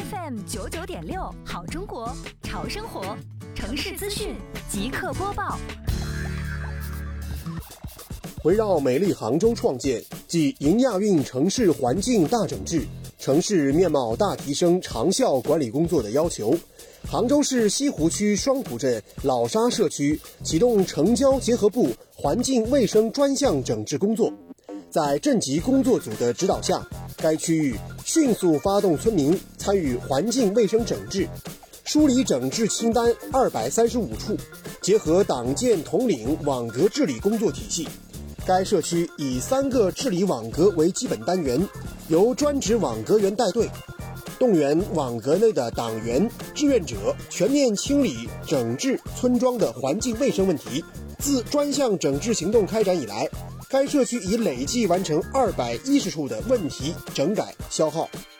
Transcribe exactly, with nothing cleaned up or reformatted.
F M 九九点六，好中国，潮生活，城市资讯即刻播报。 围绕美丽杭州创建暨迎亚运城市环境大整治、城市面貌大提升长效管理工作的要求，杭州市西湖区双浦镇老沙社区启动城郊结合部环境卫生专项整治工作。在镇级工作组的指导下，该区域迅速发动村民参与环境卫生整治，梳理整治清单二百三十五处，结合党建统领网格治理工作体系。该社区以三个治理网格为基本单元，由专职网格员带队，动员网格内的党员、志愿者全面清理整治村庄的环境卫生问题。自专项整治行动开展以来，该社区已累计完成二百一十处的问题整改消耗。